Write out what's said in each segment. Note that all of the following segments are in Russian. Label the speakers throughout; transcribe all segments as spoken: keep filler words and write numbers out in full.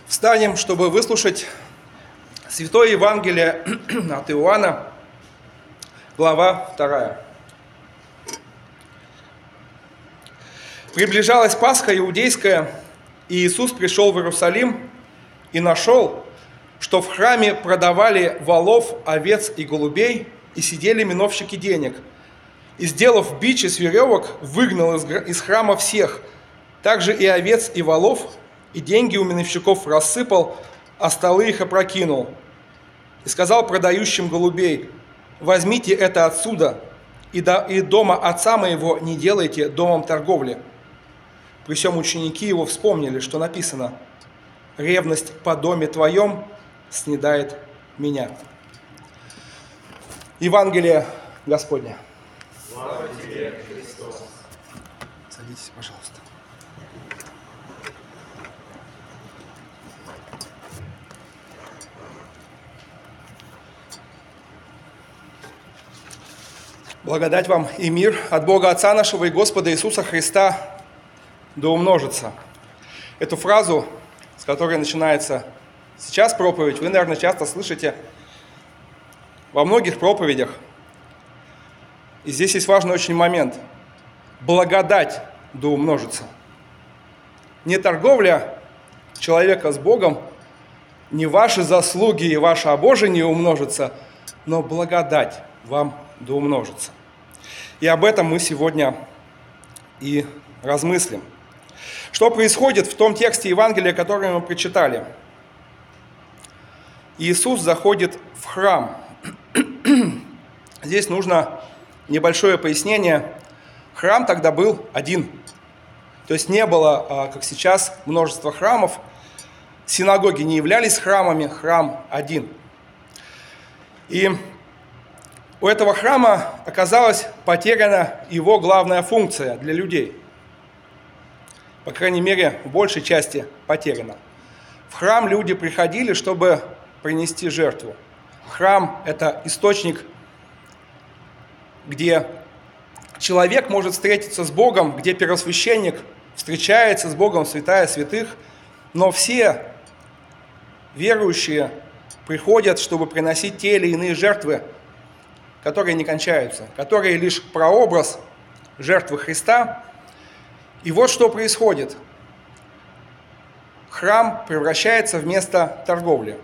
Speaker 1: Встанем, чтобы выслушать Святое Евангелие от Иоанна, глава вторая. Приближалась Пасха иудейская, и Иисус пришел в Иерусалим и нашел, что в храме продавали волов, овец и голубей, и сидели миновщики денег. И, сделав бич из веревок, выгнал из храма всех, также и овец, и волов, и деньги у миновщиков рассыпал, а столы их опрокинул. И сказал продающим голубей: возьмите это отсюда, и, до, и дома отца моего не делайте домом торговли. При всем ученики его вспомнили, что написано: ревность по доме твоем снедает меня. Евангелие Господне.
Speaker 2: Слава тебе, Христос.
Speaker 1: Садитесь, пожалуйста. Благодать вам и мир от Бога Отца нашего и Господа Иисуса Христа да умножится. Эту фразу, с которой начинается сейчас проповедь, вы, наверное, часто слышите во многих проповедях. И здесь есть важный очень момент. Благодать да умножится. Не торговля человека с Богом, не ваши заслуги и ваше обожение умножится, но благодать вам да умножится. И об этом мы сегодня и размыслим. Что происходит в том тексте Евангелия, который мы прочитали? Иисус заходит в храм. Здесь нужно небольшое пояснение. Храм тогда был один. То есть не было, как сейчас, множества храмов. Синагоги не являлись храмами, храм один. И у этого храма оказалась потеряна его главная функция для людей. По крайней мере, в большей части потеряна. В храм люди приходили, чтобы принести жертву. Храм – это источник, где человек может встретиться с Богом, где первосвященник встречается с Богом, святая святых, но все верующие приходят, чтобы приносить те или иные жертвы, которые не кончаются, которые лишь прообраз жертвы Христа. И вот что происходит. Храм превращается в место торговли.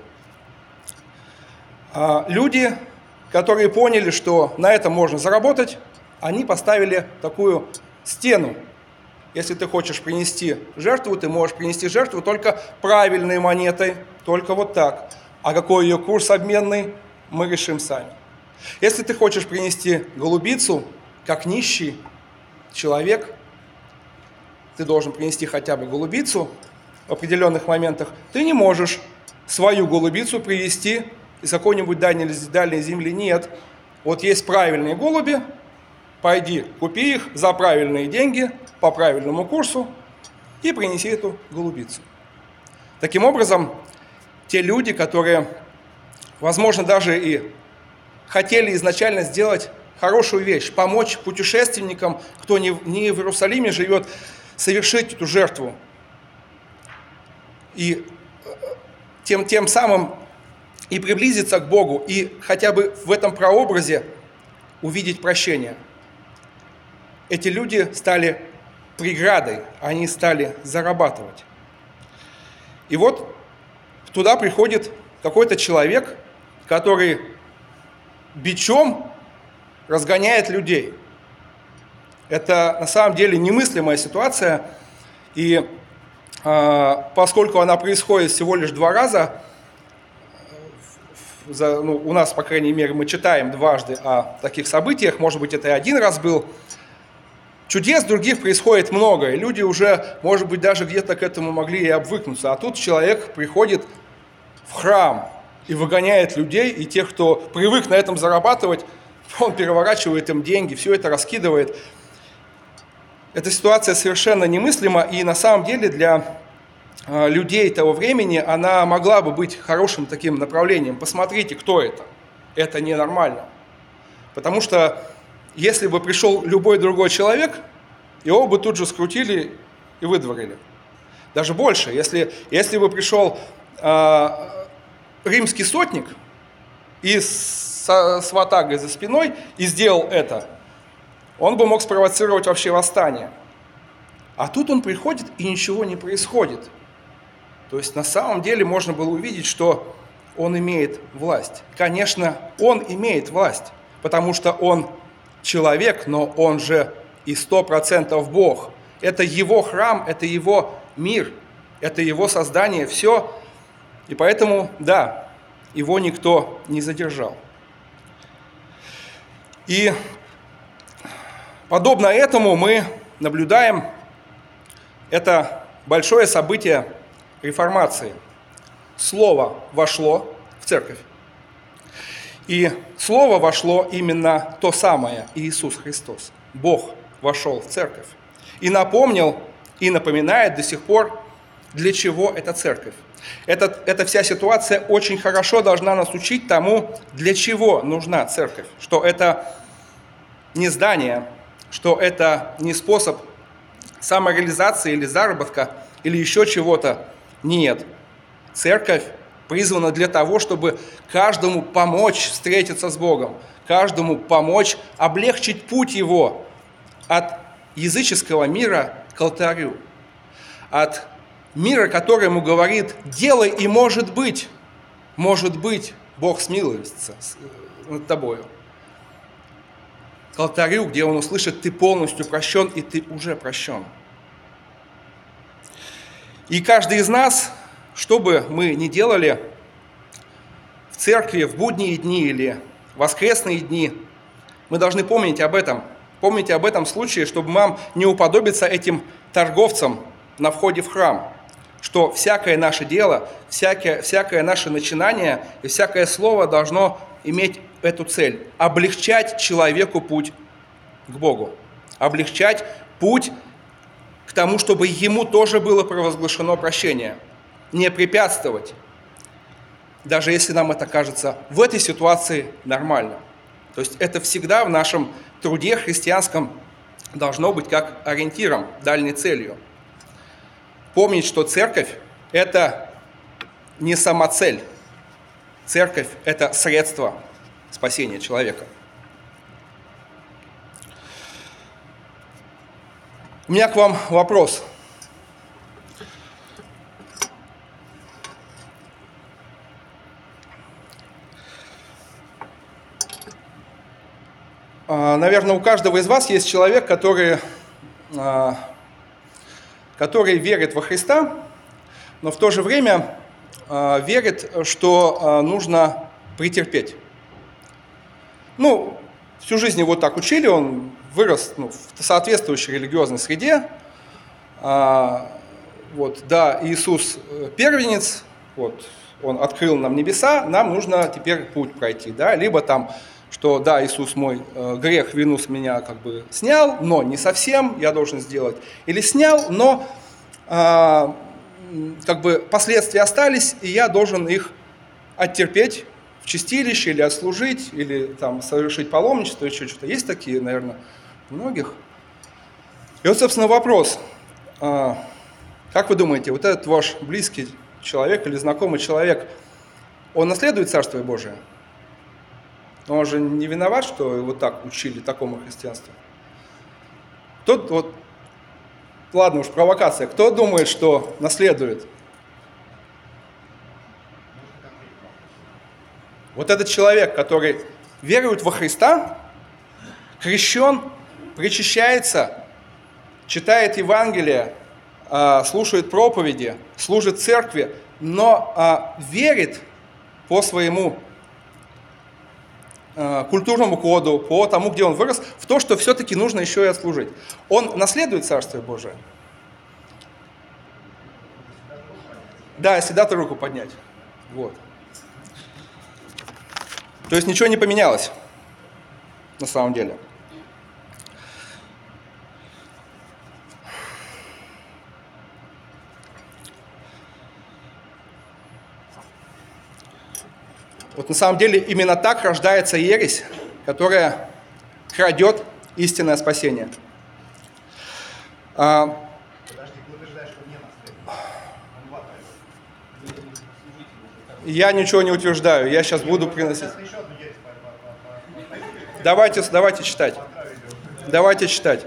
Speaker 1: Люди, которые поняли, что на этом можно заработать, они поставили такую стену. Если ты хочешь принести жертву, ты можешь принести жертву только правильной монетой, только вот так. А какой ее курс обменный, мы решим сами. Если ты хочешь принести голубицу, как нищий человек, ты должен принести хотя бы голубицу в определенных моментах, ты не можешь свою голубицу привезти из какой-нибудь дальней, дальней земли. Нет. Вот есть правильные голуби, пойди купи их за правильные деньги, по правильному курсу и принеси эту голубицу. Таким образом, те люди, которые, возможно, даже и хотели изначально сделать хорошую вещь, помочь путешественникам, кто не, не в Иерусалиме живет, совершить эту жертву. И тем, тем самым и приблизиться к Богу, и хотя бы в этом прообразе увидеть прощение. Эти люди стали преградой, они стали зарабатывать. И вот туда приходит какой-то человек, который бичом разгоняет людей. Это на самом деле немыслимая ситуация, и э, поскольку она происходит всего лишь два раза, за, ну, у нас, по крайней мере, мы читаем дважды о таких событиях, может быть, это и один раз был, чудес других происходит много, и люди уже, может быть, даже где-то к этому могли и обвыкнуться, а тут человек приходит в храм и выгоняет людей, и тех, кто привык на этом зарабатывать, он переворачивает им деньги, все это раскидывает. Эта ситуация совершенно немыслима, и на самом деле для людей того времени она могла бы быть хорошим таким направлением. Посмотрите, кто это. Это ненормально. Потому что если бы пришел любой другой человек, его бы тут же скрутили и выдворили. Даже больше. Если, если бы пришел э, римский сотник и с, с ватагой за спиной и сделал это, он бы мог спровоцировать вообще восстание. А тут он приходит, и ничего не происходит. То есть на самом деле можно было увидеть, что он имеет власть. Конечно, он имеет власть, потому что он человек, но он же и сто процентов Бог. Это его храм, это его мир, это его создание, все. И поэтому, да, его никто не задержал. И подобно этому мы наблюдаем это большое событие реформации. Слово вошло в церковь. И Слово вошло именно то самое, Иисус Христос. Бог вошел в церковь. И напомнил, и напоминает до сих пор, для чего эта церковь. Эта, эта вся ситуация очень хорошо должна нас учить тому, для чего нужна церковь. Что это не здание, что это не способ самореализации или заработка, или еще чего-то. Нет. Церковь призвана для того, чтобы каждому помочь встретиться с Богом, каждому помочь облегчить путь его от языческого мира к алтарю, от мира, который ему говорит: делай, и может быть, может быть, Бог смилуется над тобою, к алтарю, где он услышит: ты полностью прощен, и ты уже прощен. И каждый из нас, что бы мы ни делали в церкви в будние дни или воскресные дни, мы должны помнить об этом. Помните об этом случае, чтобы нам не уподобиться этим торговцам на входе в храм, что всякое наше дело, всякое, всякое наше начинание и всякое слово должно иметь эту цель – облегчать человеку путь к Богу, облегчать путь к тому, чтобы ему тоже было провозглашено прощение, не препятствовать, даже если нам это кажется в этой ситуации нормально. То есть это всегда в нашем труде христианском должно быть как ориентиром, дальней целью. Помнить, что церковь – это не самоцель. Церковь – это средство спасения человека. У меня к вам вопрос. Наверное, у каждого из вас есть человек, который, который верит во Христа, но в то же время верит, что нужно претерпеть. Ну, всю жизнь его так учили, он вырос ну, в соответствующей религиозной среде. Вот, да, Иисус первенец, вот, он открыл нам небеса, нам нужно теперь путь пройти, да, либо там, что да, Иисус мой грех, вину с меня как бы снял, но не совсем, я должен сделать, или снял, но а, как бы последствия остались, и я должен их оттерпеть в чистилище, или отслужить, или там совершить паломничество, еще что-то. Есть такие, наверное, у многих. И вот, собственно, вопрос. Как вы думаете, вот этот ваш близкий человек или знакомый человек, он наследует Царствие Божие? Он же не виноват, что его так учили такому христианству. Кто, вот, ладно уж, провокация. Кто думает, что наследует? Вот этот человек, который верует во Христа, крещен, причащается, читает Евангелие, слушает проповеди, служит церкви, но верит по своему культурному коду, по тому, где он вырос, в то, что все-таки нужно еще и отслужить. Он наследует Царствие Божие? Да, если дать руку поднять. Вот. То есть ничего не поменялось на самом деле. Вот на самом деле именно так рождается ересь, которая крадет истинное спасение.
Speaker 2: Подожди, ты утверждаешь, что не наследует.
Speaker 1: Я ничего не утверждаю, я сейчас буду приносить. Давайте, давайте читать. Давайте читать.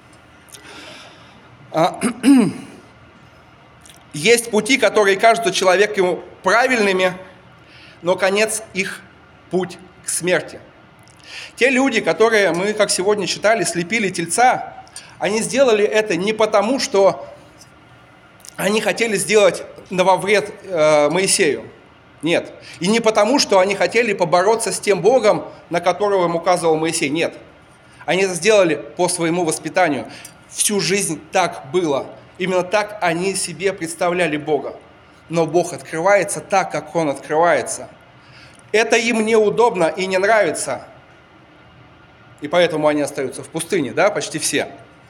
Speaker 1: Есть пути, которые кажутся человеку правильными, но конец их путь к смерти. Те люди, которые мы, как сегодня читали, слепили тельца, они сделали это не потому, что они хотели сделать во вред э, Моисею. Нет. И не потому, что они хотели побороться с тем Богом, на которого им указывал Моисей. Нет. Они это сделали по своему воспитанию. Всю жизнь так было. Именно так они себе представляли Бога. Но Бог открывается так, как Он открывается. Это им неудобно и не нравится. И поэтому они остаются в пустыне, да, почти все.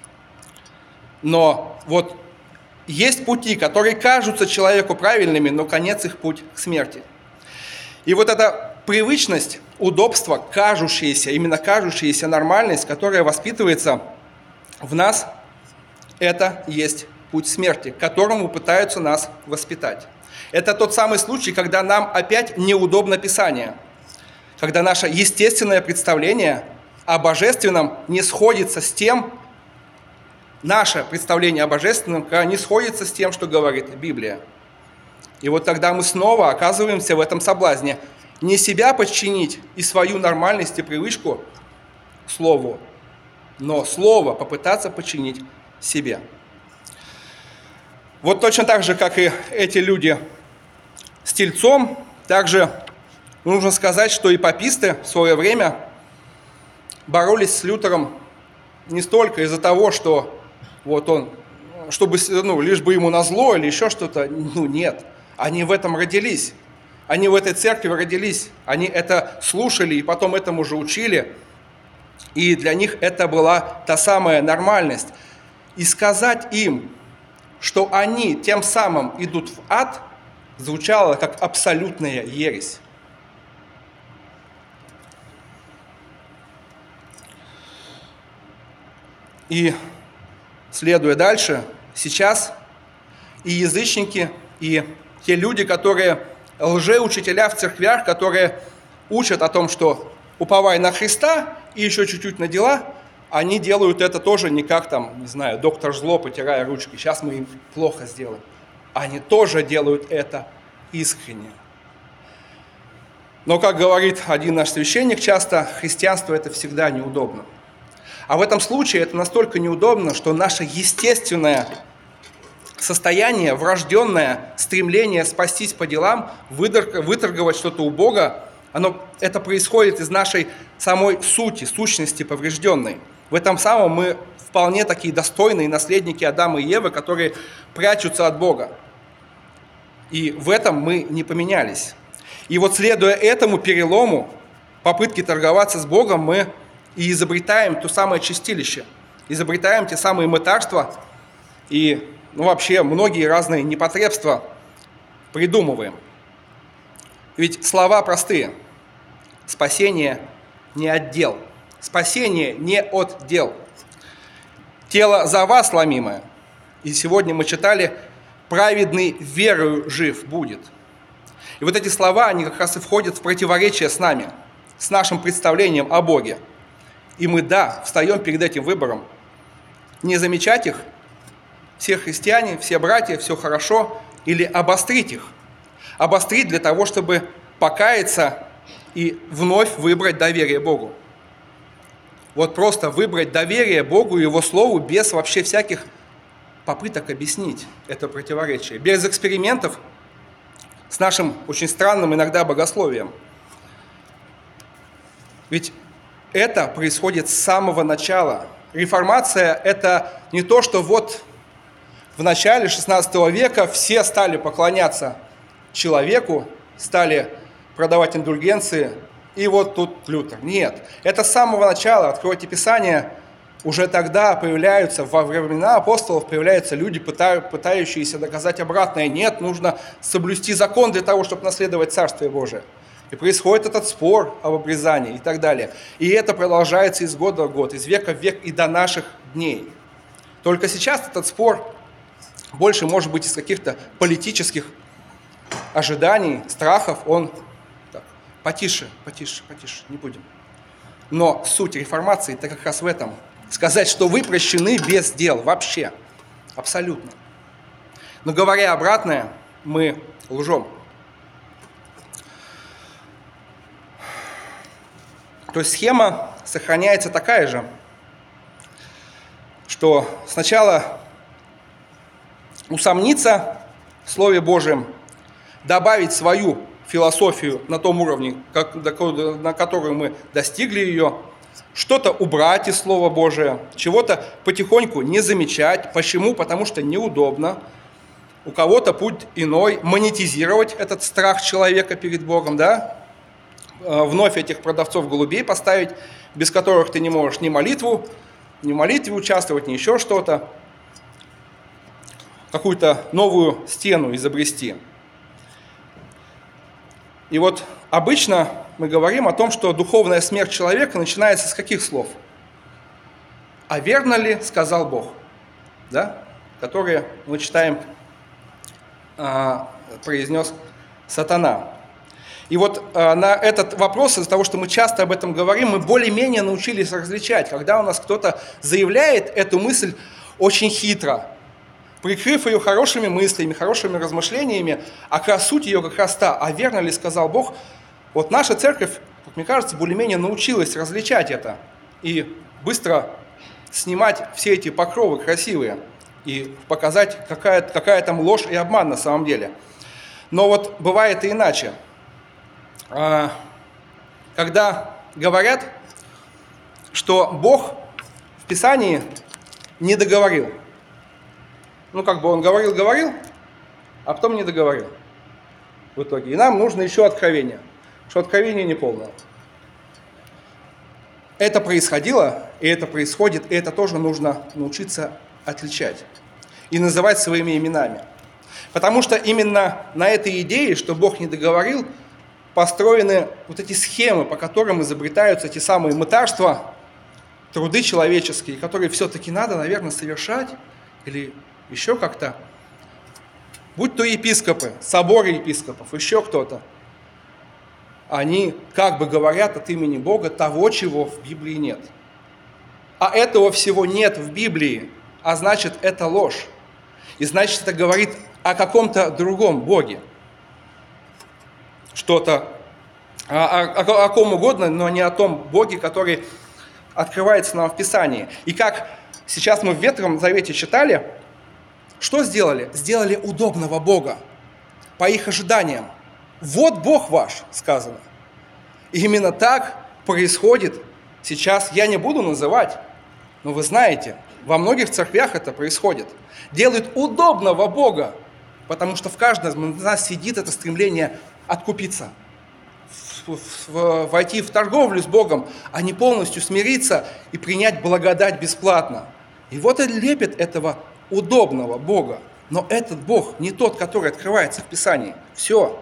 Speaker 1: Но вот есть пути, которые кажутся человеку правильными, но конец их путь к смерти. И вот эта привычность, удобство, кажущаяся, именно кажущаяся нормальность, которая воспитывается в нас, это есть путь смерти, к которому пытаются нас воспитать. Это тот самый случай, когда нам опять неудобно Писание, когда наше естественное представление о божественном не сходится с тем, наше представление о божественном не сходится с тем, что говорит Библия. И вот тогда мы снова оказываемся в этом соблазне. Не себя подчинить и свою нормальность и привычку Слову, но Слово попытаться подчинить себе. Вот точно так же, как и эти люди с тельцом, также нужно сказать, что и паписты в свое время боролись с Лютером не столько из-за того, что вот он, чтобы, ну, лишь бы ему назло или еще что-то. Ну, нет. Они в этом родились. Они в этой церкви родились. Они это слушали и потом этому же учили. И для них это была та самая нормальность. И сказать им, что они тем самым идут в ад, звучало как абсолютная ересь. И следуя дальше, сейчас и язычники, и те люди, которые лжеучителя в церквях, которые учат о том, что уповай на Христа и еще чуть-чуть на дела, они делают это тоже не как там, не знаю, доктор зло, потирая ручки, сейчас мы им плохо сделаем. Они тоже делают это искренне. Но, как говорит один наш священник часто, христианство это всегда неудобно. А в этом случае это настолько неудобно, что наше естественное состояние, врожденное стремление спастись по делам, выторговать что-то у Бога, оно, это происходит из нашей самой сути, сущности поврежденной. В этом самом мы вполне такие достойные наследники Адама и Евы, которые прячутся от Бога. И в этом мы не поменялись. И вот следуя этому перелому, попытке торговаться с Богом, мы и изобретаем то самое чистилище, изобретаем те самые мытарства и ну, вообще многие разные непотребства придумываем. Ведь слова простые. Спасение не от дел. Спасение не от дел. Тело за вас ломимое. И сегодня мы читали «праведный верою жив будет». И вот эти слова, они как раз и входят в противоречие с нами, с нашим представлением о Боге. И мы, да, встаем перед этим выбором. Не замечать их, все христиане, все братья, все хорошо, или обострить их. Обострить для того, чтобы покаяться и вновь выбрать доверие Богу. Вот просто выбрать доверие Богу и Его Слову без вообще всяких попыток объяснить это противоречие. Без экспериментов с нашим очень странным иногда богословием. Ведь это происходит с самого начала. Реформация – это не то, что вот в начале шестнадцатого века все стали поклоняться человеку, стали продавать индульгенции, и вот тут Лютер. Нет, это с самого начала. Откройте Писание, уже тогда появляются, во времена апостолов появляются люди, пытающиеся доказать обратное. Нет, нужно соблюсти закон для того, чтобы наследовать Царствие Божие. И происходит этот спор об обрезании и так далее. И это продолжается из года в год, из века в век и до наших дней. Только сейчас этот спор больше может быть из каких-то политических ожиданий, страхов, он так, потише, потише, потише, не будем. Но суть реформации это как раз в этом. Сказать, что вы прощены без дел вообще, абсолютно. Но говоря обратное, мы лжем. То есть схема сохраняется такая же, что сначала усомниться в Слове Божьем, добавить свою философию на том уровне, как, на которую мы достигли ее, что-то убрать из Слова Божия, чего-то потихоньку не замечать. Почему? Потому что неудобно. У кого-то путь иной, монетизировать этот страх человека перед Богом, да? Вновь этих продавцов голубей поставить, без которых ты не можешь ни молитву, ни в молитве участвовать, ни еще что-то. Какую-то новую стену изобрести. И вот обычно мы говорим о том, что духовная смерть человека начинается с каких слов? «А верно ли, сказал Бог?» Да? Которые мы читаем, произнес сатана. И вот на этот вопрос, из-за того, что мы часто об этом говорим, мы более-менее научились различать, когда у нас кто-то заявляет эту мысль очень хитро, прикрыв ее хорошими мыслями, хорошими размышлениями, а как раз суть ее как раз та, а верно ли сказал Бог? Вот наша церковь, как мне кажется, более-менее научилась различать это и быстро снимать все эти покровы красивые и показать, какая, какая там ложь и обман на самом деле. Но вот бывает и иначе. Когда говорят, что Бог в Писании не договорил. Ну, как бы он говорил-говорил, а потом не договорил в итоге. И нам нужно еще откровение, что откровение неполное. Это происходило, и это происходит, и это тоже нужно научиться отличать и называть своими именами. Потому что именно на этой идее, что Бог не договорил, построены вот эти схемы, по которым изобретаются те самые мытарства, труды человеческие, которые все-таки надо, наверное, совершать или еще как-то. Будь то епископы, соборы епископов, еще кто-то, они как бы говорят от имени Бога того, чего в Библии нет. А этого всего нет в Библии, а значит, это ложь. И значит, это говорит о каком-то другом Боге. Что-то, о, о, о ком угодно, но не о том Боге, который открывается нам в Писании. И как сейчас мы в Ветхом Завете читали, что сделали? Сделали удобного Бога по их ожиданиям. Вот Бог ваш, сказано. И именно так происходит сейчас. Я не буду называть, но вы знаете, во многих церквях это происходит. Делают удобного Бога, потому что в каждом из нас сидит это стремление откупиться, в, в, войти в торговлю с Богом, а не полностью смириться и принять благодать бесплатно. И вот и лепят этого удобного Бога. Но этот Бог не тот, который открывается в Писании. Все.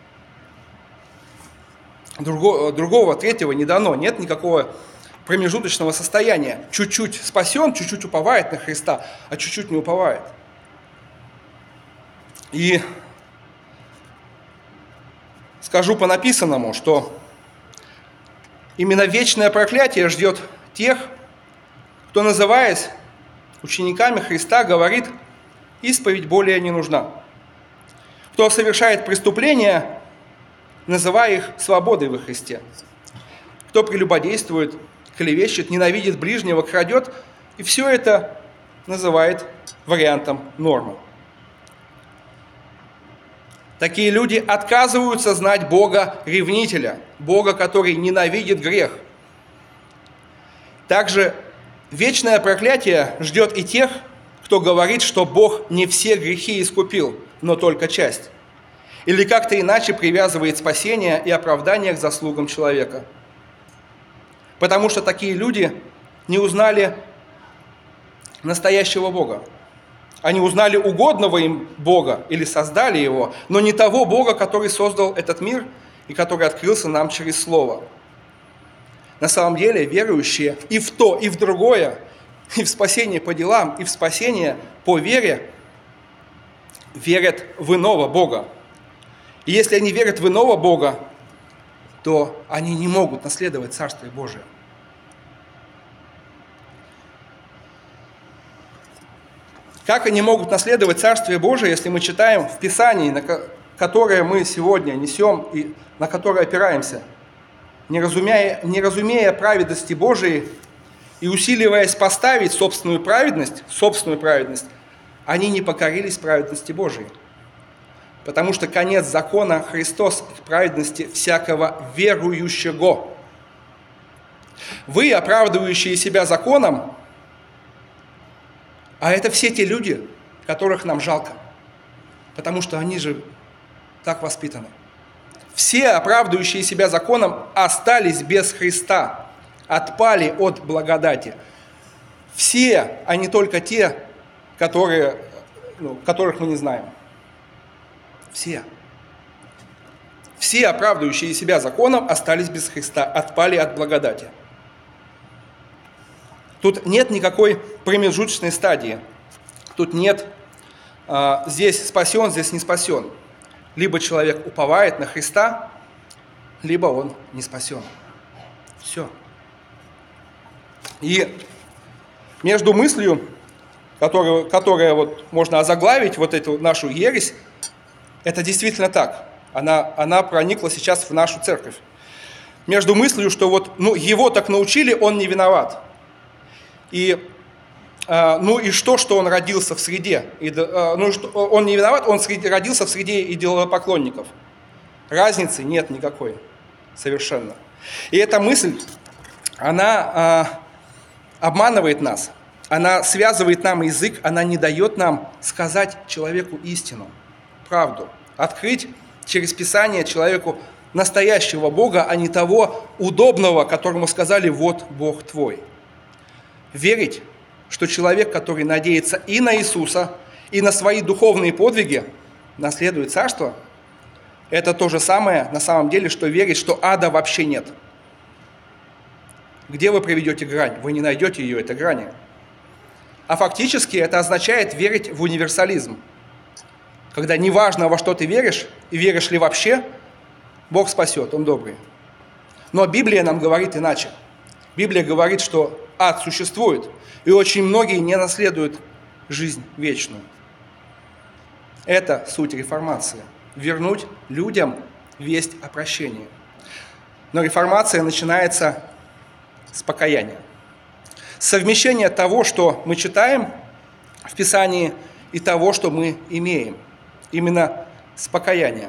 Speaker 1: Другого, другого, третьего не дано. Нет никакого промежуточного состояния. Чуть-чуть спасен, чуть-чуть уповает на Христа, а чуть-чуть не уповает. И скажу по написанному, что именно вечное проклятие ждет тех, кто, называясь учениками Христа, говорит, исповедь более не нужна. Кто совершает преступления, называя их свободой во Христе. Кто прелюбодействует, клевещет, ненавидит ближнего, крадет, и все это называет вариантом нормы. Такие люди отказываются знать Бога-ревнителя, Бога, который ненавидит грех. Также вечное проклятие ждет и тех, кто говорит, что Бог не все грехи искупил, но только часть. Или как-то иначе привязывает спасение и оправдание к заслугам человека. Потому что такие люди не узнали настоящего Бога. Они узнали угодного им Бога или создали его, но не того Бога, который создал этот мир и который открылся нам через Слово. На самом деле верующие и в то, и в другое, и в спасение по делам, и в спасение по вере верят в иного Бога. И если они верят в иного Бога, то они не могут наследовать Царствие Божие. Как они могут наследовать Царствие Божие, если мы читаем в Писании, на которое мы сегодня несем и на которое опираемся, не разумея, не разумея праведности Божией и усиливаясь поставить собственную праведность, собственную праведность, они не покорились праведности Божией. Потому что конец закона – Христос к праведности всякого верующего. Вы, оправдывающие себя законом, а это все те люди, которых нам жалко, потому что они же так воспитаны. Все, оправдывающие себя законом, остались без Христа, отпали от благодати. Все, а не только те, которые, ну, которых мы не знаем. Все. Все, оправдывающие себя законом, остались без Христа, отпали от благодати. Тут нет никакой промежуточной стадии. Тут нет а, здесь спасен, здесь не спасен. Либо человек уповает на Христа, либо он не спасен. Все. И между мыслью, которую, которая вот можно озаглавить вот эту нашу ересь, это действительно так. Она, она проникла сейчас в нашу церковь. Между мыслью, что вот ну, его так научили, он не виноват. И, э, ну и что, что он родился в среде? И, э, ну, что, он не виноват, он среди, родился в среде идолопоклонников. Разницы нет никакой. Совершенно. И эта мысль, она э, обманывает нас. Она связывает нам язык, она не дает нам сказать человеку истину, правду. Открыть через Писание человеку настоящего Бога, а не того удобного, которому сказали «вот Бог твой». Верить, что человек, который надеется и на Иисуса, и на свои духовные подвиги, наследует Царство, это то же самое на самом деле, что верить, что ада вообще нет. Где вы проведете грань? Вы не найдете ее, этой грани. А фактически это означает верить в универсализм. Когда неважно, во что ты веришь, и веришь ли вообще, Бог спасет, Он добрый. Но Библия нам говорит иначе. Библия говорит, что ад существует, и очень многие не наследуют жизнь вечную. Это суть реформации. Вернуть людям весть о прощении. Но реформация начинается с покаяния. Совмещение того, что мы читаем в Писании, и того, что мы имеем. Именно с покаяния.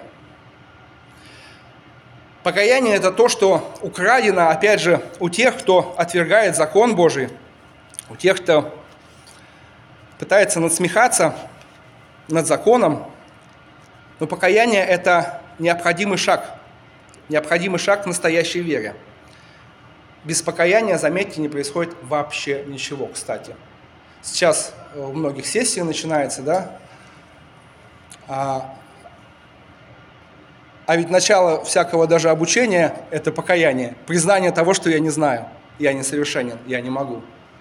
Speaker 1: Покаяние – это то, что украдено, опять же, у тех, кто отвергает закон Божий, у тех, кто пытается надсмехаться над законом. Но покаяние – это необходимый шаг, необходимый шаг к настоящей вере. Без покаяния, заметьте, не происходит вообще ничего, кстати. Сейчас у многих сессий начинается, да? А, а ведь начало всякого даже обучения – это покаяние, признание того, что я не знаю, я несовершенен, я не могу.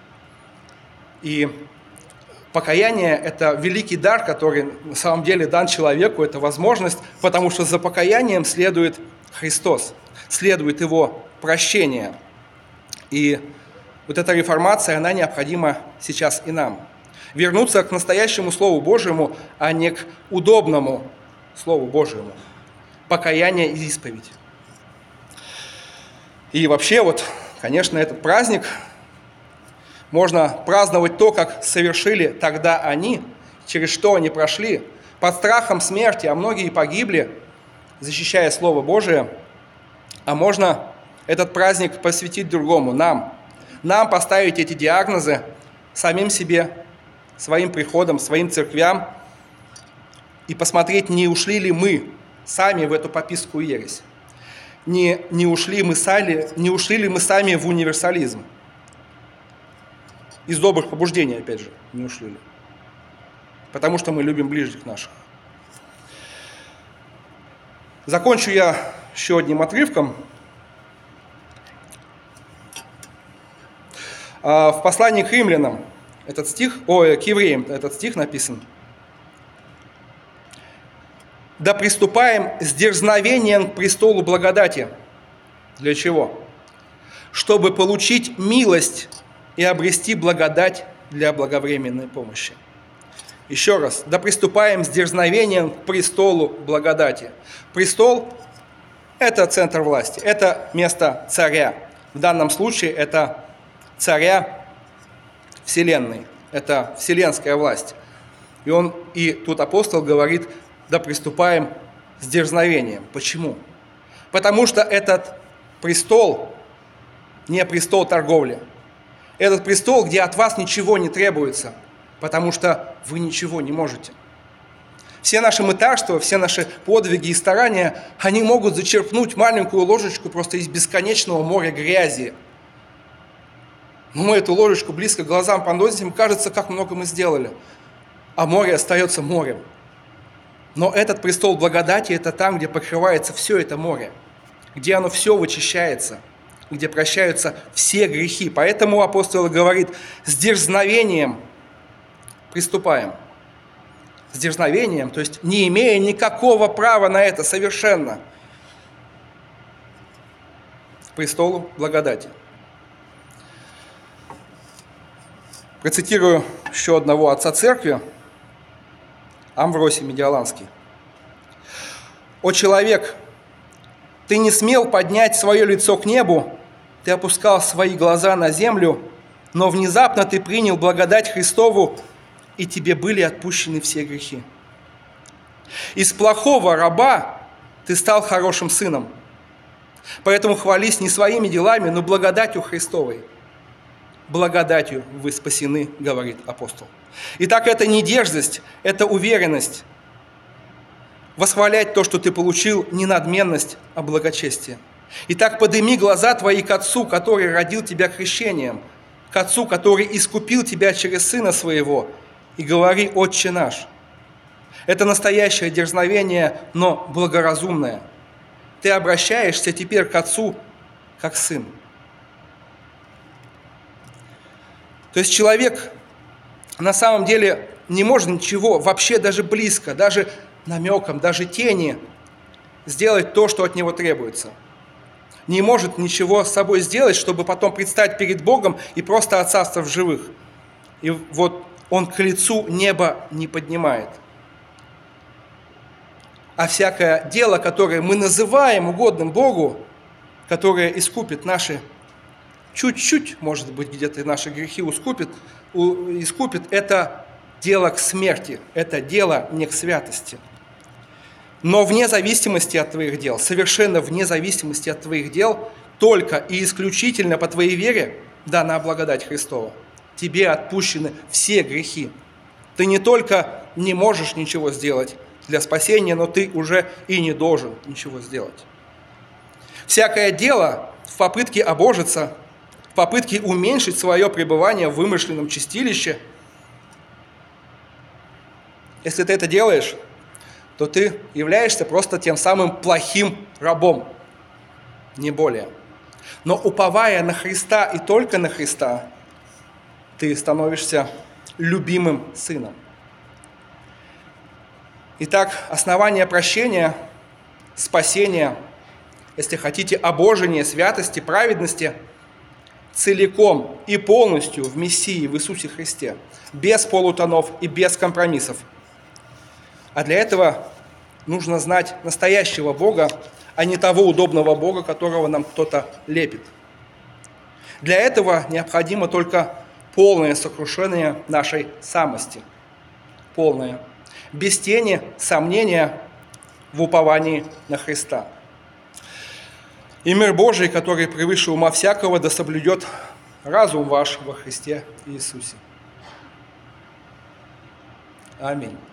Speaker 1: И покаяние – это великий дар, который на самом деле дан человеку, это возможность, потому что за покаянием следует Христос, следует Его прощение. И вот эта реформация, она необходима сейчас и нам. Вернуться к настоящему Слову Божьему, а не к удобному Слову Божьему. Покаяние и исповедь. И вообще, вот, конечно, этот праздник можно праздновать то, как совершили тогда они, через что они прошли, под страхом смерти, а многие погибли, защищая Слово Божие. А можно этот праздник посвятить другому, нам. Нам поставить эти диагнозы самим себе, своим приходом, своим церквям и посмотреть, не ушли ли мы сами в эту попискую ересь. Не, не, ушли мы сами, не ушли ли мы сами в универсализм. Из добрых побуждений, опять же, не ушли ли. Потому что мы любим ближних наших. Закончу я еще одним отрывком. В послании к римлянам этот стих, ой, к евреям этот стих написан. да приступаем с дерзновением к престолу благодати. Для чего? Чтобы получить милость и обрести благодать для благовременной помощи. Еще раз, да приступаем с дерзновением к престолу благодати. Престол – это центр власти, это место царя. В данном случае это царя Вселенной, это вселенская власть. И он, и тут апостол говорит, да приступаем с дерзновением. Почему? Потому что этот престол не престол торговли. Этот престол, где от вас ничего не требуется, потому что вы ничего не можете. Все наши мытарства, все наши подвиги и старания, они могут зачерпнуть маленькую ложечку просто из бесконечного моря грязи. Но мы эту ложечку близко к глазам подносим, кажется, как много мы сделали. А море остается морем. Но этот престол благодати – это там, где покрывается все это море, где оно все вычищается, где прощаются все грехи. Поэтому апостол говорит, с дерзновением приступаем. С дерзновением, то есть не имея никакого права на это совершенно. К престолу благодати. Процитирую еще одного отца церкви, Амвросий Медиаланский. «О человек, ты не смел поднять свое лицо к небу, ты опускал свои глаза на землю, но внезапно ты принял благодать Христову, и тебе были отпущены все грехи. Из плохого раба ты стал хорошим сыном. Поэтому хвались не своими делами, но благодатью Христовой. Благодатью вы спасены, говорит апостол. Итак, это не дерзость, это уверенность. Восхвалять то, что ты получил, не надменность, а благочестие. Итак, подними глаза твои к Отцу, который родил тебя крещением, к Отцу, который искупил тебя через Сына Своего, и говори: «Отче наш». Это настоящее дерзновение, но благоразумное. Ты обращаешься теперь к Отцу, как сын. То есть человек на самом деле не может ничего, вообще даже близко, даже намеком, даже тени сделать то, что от него требуется. Не может ничего с собой сделать, чтобы потом предстать перед Богом и просто от царства в живых. И вот он к лицу неба не поднимает. А всякое дело, которое мы называем угодным Богу, которое искупит наши, чуть-чуть, может быть, где-то наши грехи искупит, искупит, это дело к смерти, это дело не к святости. Но вне зависимости от твоих дел, совершенно вне зависимости от твоих дел, только и исключительно по твоей вере дана благодать Христова. Тебе отпущены все грехи. Ты не только не можешь ничего сделать для спасения, но ты уже и не должен ничего сделать. Всякое дело в попытке обожиться, в попытке уменьшить свое пребывание в вымышленном чистилище, если ты это делаешь, то ты являешься просто тем самым плохим рабом, не более. Но уповая на Христа и только на Христа, ты становишься любимым сыном. Итак, основание прощения, спасения, если хотите, обожения, святости, праведности, целиком и полностью в Мессии, в Иисусе Христе, без полутонов и без компромиссов. А для этого нужно знать настоящего Бога, а не того удобного Бога, которого нам кто-то лепит. Для этого необходимо только полное сокрушение нашей самости. Полное. Без тени сомнения в уповании на Христа. И мир Божий, который превыше ума всякого, да соблюдет разум ваш во Христе Иисусе. Аминь.